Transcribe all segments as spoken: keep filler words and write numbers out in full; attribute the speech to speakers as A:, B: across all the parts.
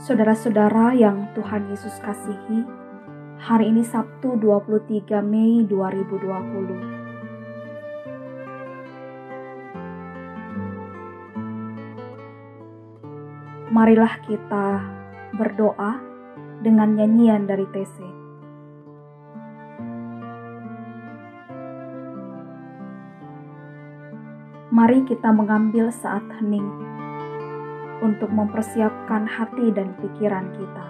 A: Saudara-saudara yang Tuhan Yesus kasihi, hari ini Sabtu dua puluh tiga Mei dua ribu dua puluh. Marilah kita berdoa dengan nyanyian dari T C. Mari kita mengambil saat hening untuk mempersiapkan hati dan pikiran kita.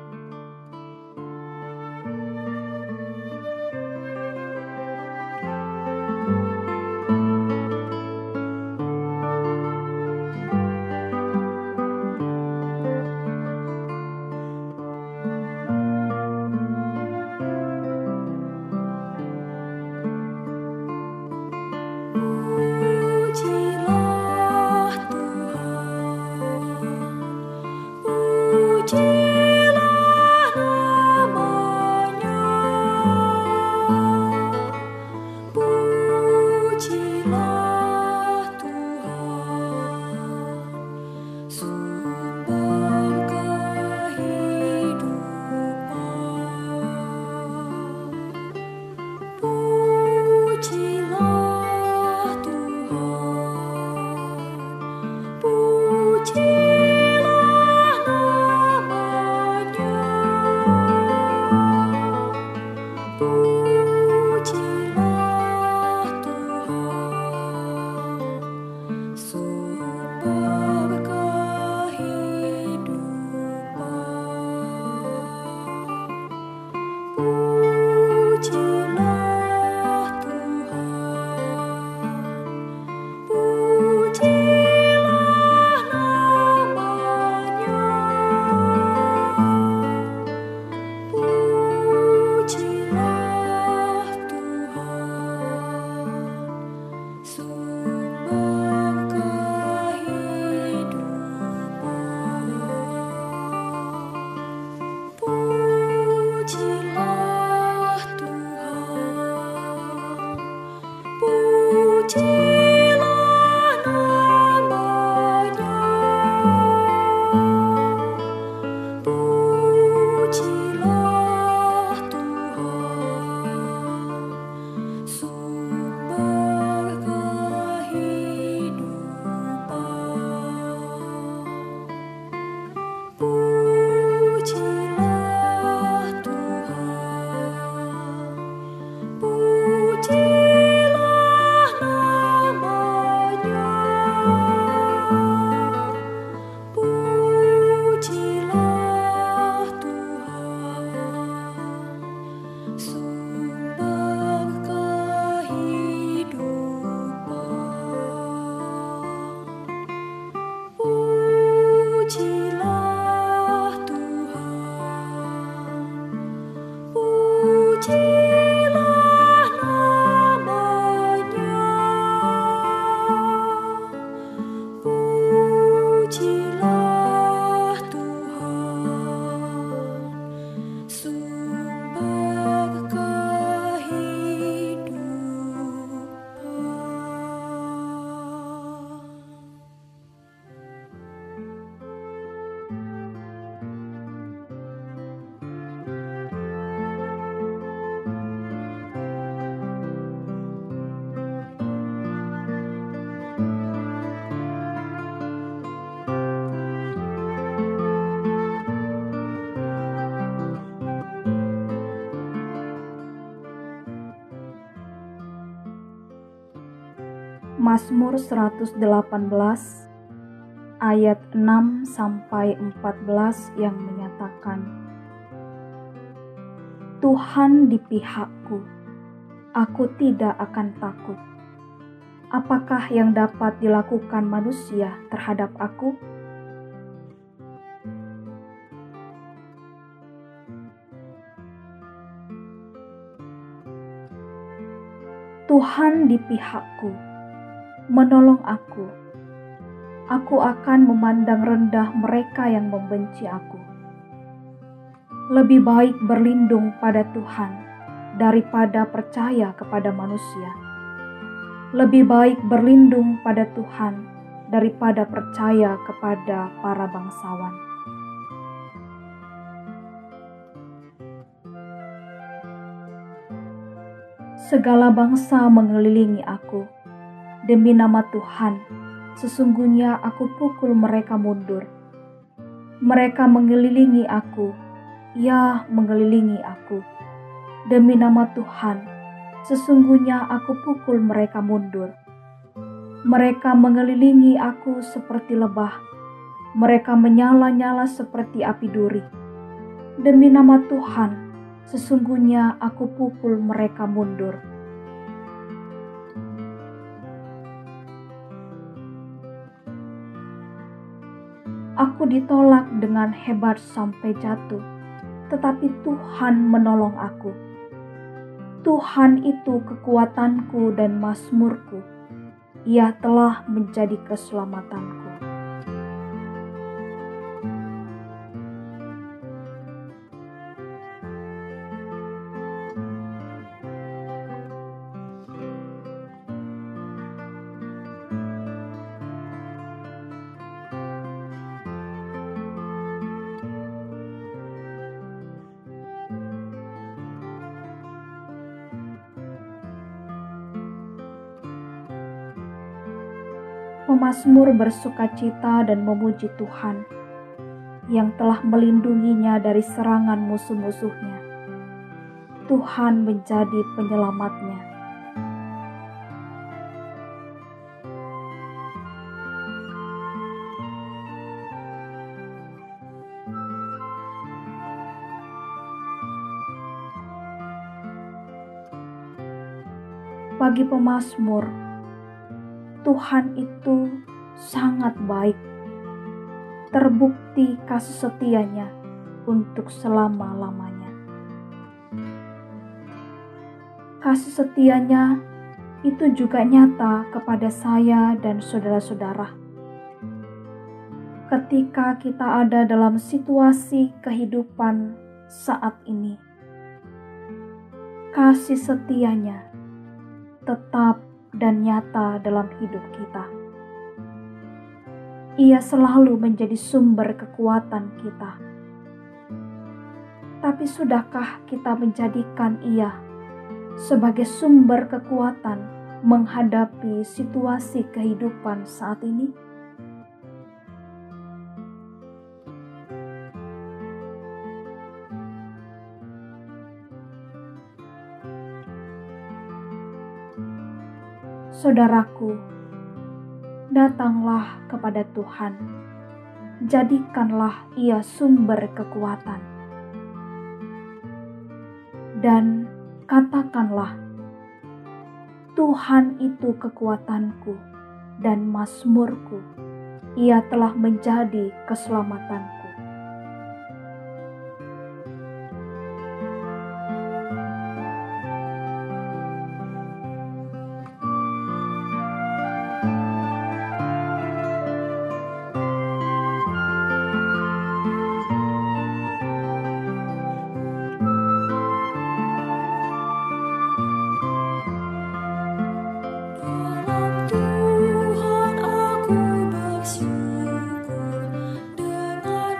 A: Mazmur seratus delapan belas ayat enam sampai empat belas yang menyatakan, Tuhan di pihakku, aku tidak akan takut. Apakah yang dapat dilakukan manusia terhadap aku? Tuhan di pihakku, menolong aku. Aku akan memandang rendah mereka yang membenci aku. Lebih baik berlindung pada Tuhan daripada percaya kepada manusia. Lebih baik berlindung pada Tuhan daripada percaya kepada para bangsawan. Segala bangsa mengelilingi aku. Demi nama Tuhan, sesungguhnya aku pukul mereka mundur. Mereka mengelilingi aku, ya mengelilingi aku. Demi nama Tuhan, sesungguhnya aku pukul mereka mundur. Mereka mengelilingi aku seperti lebah. Mereka menyala-nyala seperti api duri. Demi nama Tuhan, sesungguhnya aku pukul mereka mundur. Aku ditolak dengan hebat sampai jatuh, tetapi Tuhan menolong aku. Tuhan itu kekuatanku dan mazmurku. Ia telah menjadi keselamatanku. Pemazmur bersukacita dan memuji Tuhan yang telah melindunginya dari serangan musuh-musuhnya. Tuhan menjadi penyelamatnya. Bagi pemazmur, Tuhan itu sangat baik. Terbukti kasih setianya untuk selama-lamanya. Kasih setianya itu juga nyata kepada saya dan saudara-saudara. Ketika kita ada dalam situasi kehidupan saat ini, kasih setianya tetap dan nyata dalam hidup kita. Ia selalu menjadi sumber kekuatan kita. Tapi sudahkah kita menjadikan ia sebagai sumber kekuatan menghadapi situasi kehidupan saat ini? Saudaraku, datanglah kepada Tuhan, jadikanlah ia sumber kekuatan. Dan katakanlah, Tuhan itu kekuatanku dan mazmurku, ia telah menjadi keselamatanku.
B: Tuhan aku bersyukur dengan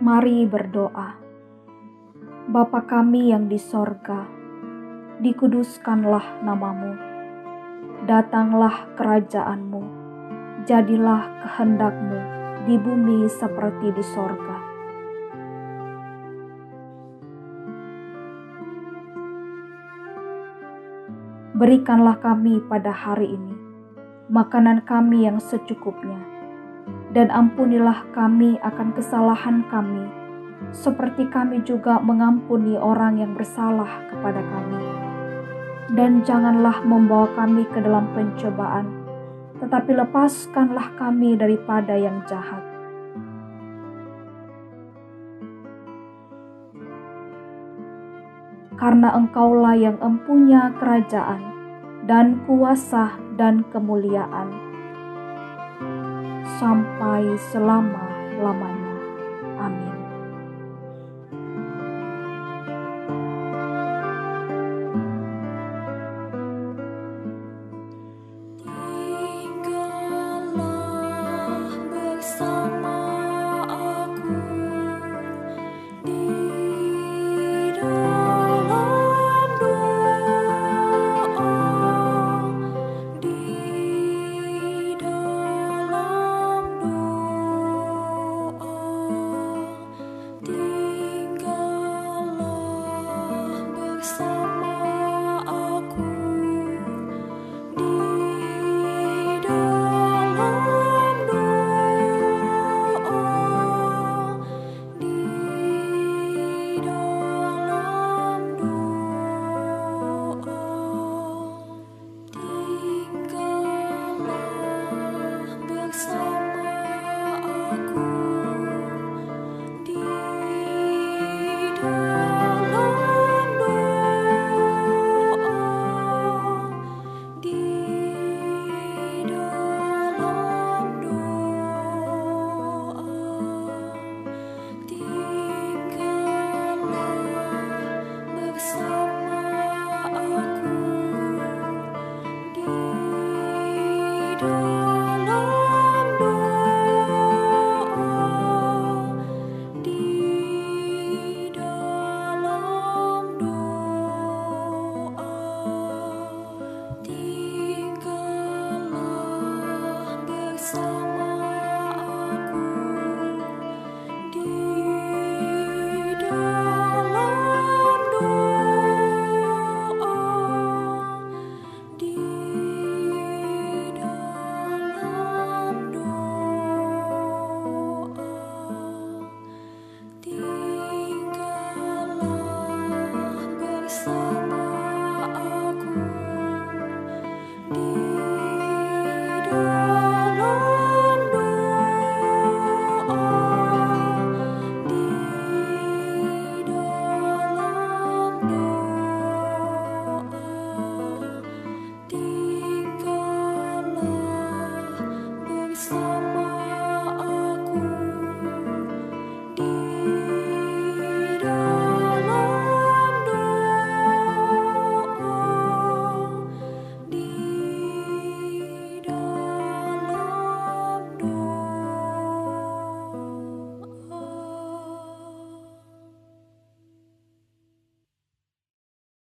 A: Mari berdoa. Bapa kami yang di sorga, dikuduskanlah namamu. Datanglah kerajaanmu, jadilah kehendakmu di bumi seperti di sorga. Berikanlah kami pada hari ini makanan kami yang secukupnya, dan ampunilah kami akan kesalahan kami, seperti kami juga mengampuni orang yang bersalah kepada kami. Dan janganlah membawa kami ke dalam pencobaan, tetapi lepaskanlah kami daripada yang jahat. Karena Engkaulah yang empunya kerajaan dan kuasa dan kemuliaan sampai selama-lamanya. Amin.